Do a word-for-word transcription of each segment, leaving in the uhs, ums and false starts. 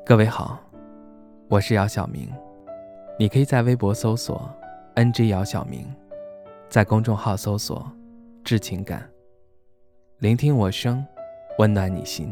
各位好，我是姚晓明，你可以在微博搜索 N G 姚晓明，在公众号搜索致情感，聆听我声，温暖你心。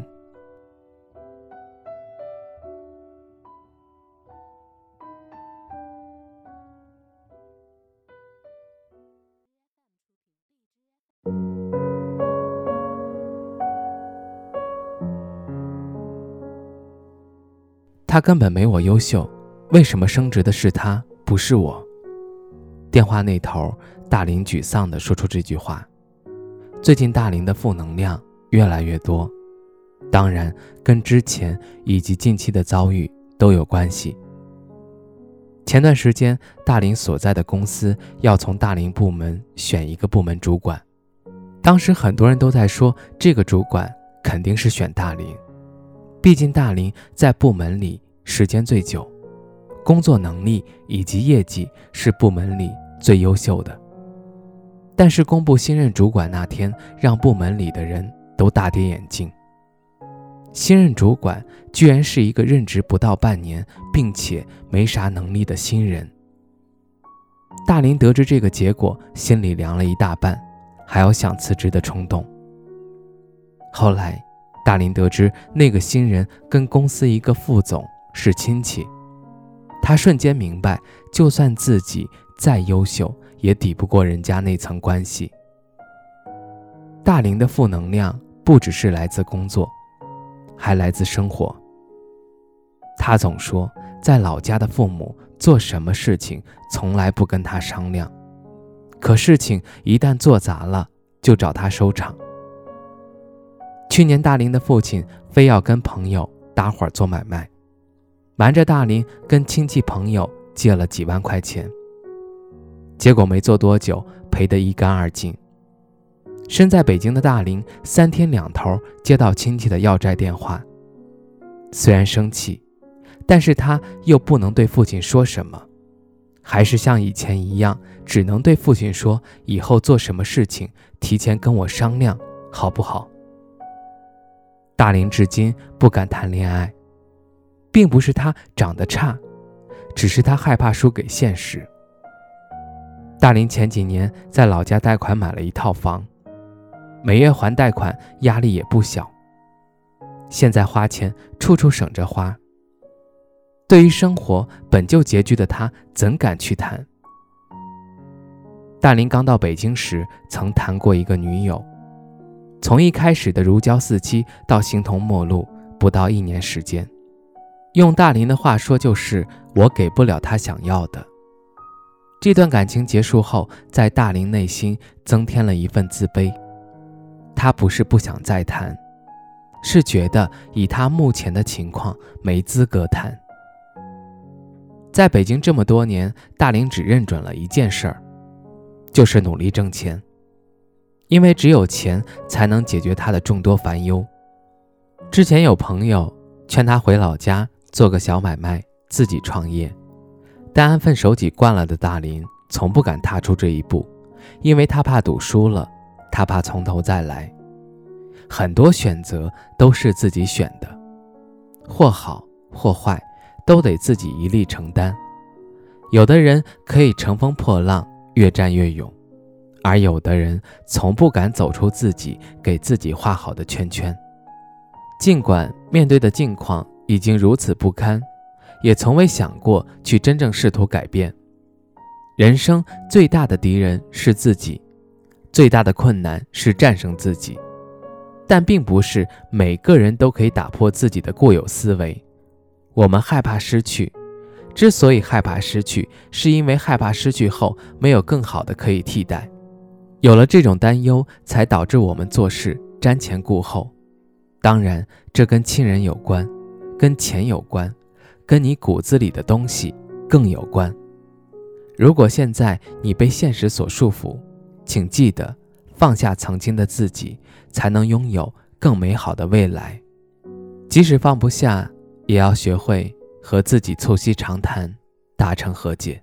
他根本没我优秀，为什么升职的是他，不是我？电话那头，大林沮丧地说出这句话。最近大林的负能量越来越多，当然跟之前以及近期的遭遇都有关系。前段时间，大林所在的公司要从大林部门选一个部门主管，当时很多人都在说，这个主管肯定是选大林，毕竟大林在部门里时间最久，工作能力以及业绩是部门里最优秀的。但是公布新任主管那天，让部门里的人都大跌眼镜。新任主管居然是一个任职不到半年，并且没啥能力的新人。大林得知这个结果，心里凉了一大半，还有想辞职的冲动。后来大林得知那个新人跟公司一个副总是亲戚，他瞬间明白，就算自己再优秀，也抵不过人家那层关系。大林的负能量不只是来自工作，还来自生活。他总说，在老家的父母做什么事情从来不跟他商量，可事情一旦做砸了，就找他收场。去年大林的父亲非要跟朋友搭伙做买卖，瞒着大林跟亲戚朋友借了几万块钱，结果没做多久赔得一干二净。身在北京的大林三天两头接到亲戚的要债电话，虽然生气，但是他又不能对父亲说什么，还是像以前一样，只能对父亲说，以后做什么事情提前跟我商量，好不好？大林至今不敢谈恋爱，并不是他长得差，只是他害怕输给现实。大林前几年在老家贷款买了一套房，每月还贷款压力也不小，现在花钱处处省着花。对于生活本就拮据的他，怎敢去谈？大林刚到北京时曾谈过一个女友，从一开始的如胶似漆到形同陌路，不到一年时间。用大林的话说，就是我给不了他想要的。这段感情结束后，在大林内心增添了一份自卑。他不是不想再谈，是觉得以他目前的情况没资格谈。在北京这么多年，大林只认准了一件事儿，就是努力挣钱，因为只有钱才能解决他的众多烦忧。之前有朋友劝他回老家做个小买卖，自己创业，但安分守己惯了的大林从不敢踏出这一步，因为他怕赌输了，他怕从头再来。很多选择都是自己选的，或好或坏，都得自己一力承担。有的人可以乘风破浪，越战越勇，而有的人从不敢走出自己给自己画好的圈圈。尽管面对的境况已经如此不堪，也从未想过去真正试图改变。人生最大的敌人是自己，最大的困难是战胜自己。但并不是每个人都可以打破自己的固有思维。我们害怕失去，之所以害怕失去，是因为害怕失去后没有更好的可以替代。有了这种担忧，才导致我们做事瞻前顾后。当然，这跟亲人有关，跟钱有关，跟你骨子里的东西更有关。如果现在你被现实所束缚，请记得放下曾经的自己，才能拥有更美好的未来。即使放不下，也要学会和自己促膝长谈，达成和解。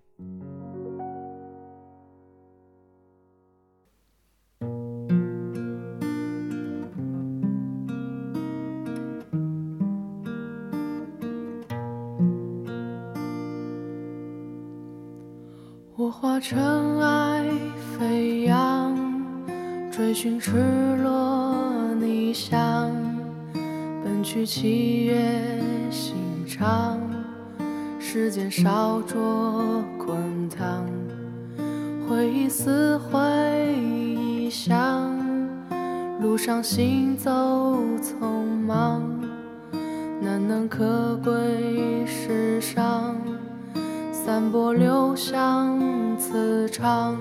化尘埃飞扬，追寻赤裸逆翔，奔去七月心肠，时间烧灼滚烫，回忆撕毁臆想，路上行走匆忙，难能可贵世上，散播留香磁场。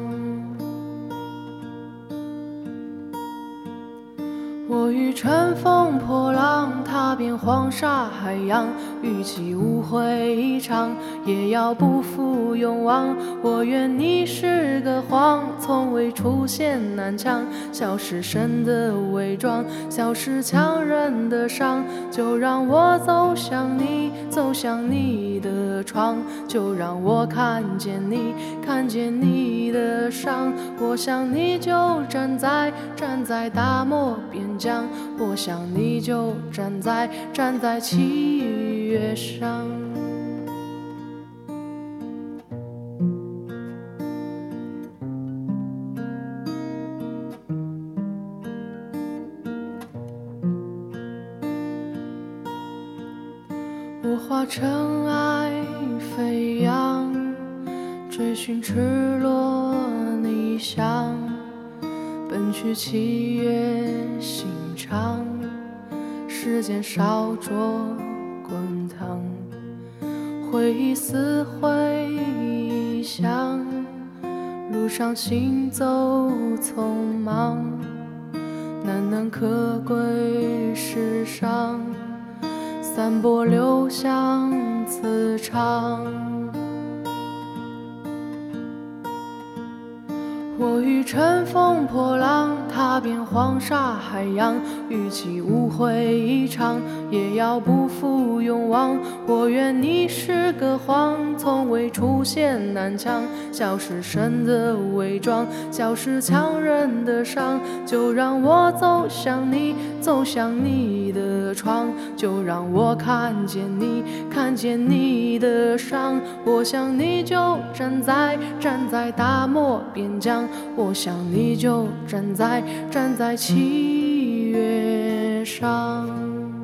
我欲乘风破浪，踏遍黄沙海洋，与其误会一场，也要不负勇往。我愿你是个谎，从未出现南墙，消失神的伪装，消失强忍的伤。就让我走向你，走向你的窗，就让我看见你，看见你的伤。我想你就站在站在大漠边疆，我想你就站在站在七月上。我化尘埃飞扬，追寻赤裸逆翔，奔去七月心肠，时间烧灼滚烫，回忆撕毁臆想，路上行走匆忙，难能可贵世上，散播留香磁场。我欲乘风破浪，踏遍黄沙海洋，与其误会一场，也要不负勇往。我愿你是个谎，从未出现南墙，消失神的伪装，消失强忍的伤。就让我走向你，走向你的窗，就让我看见你，看见你的伤。我想你就站在站在大漠边疆，我想你就站在站在七月上。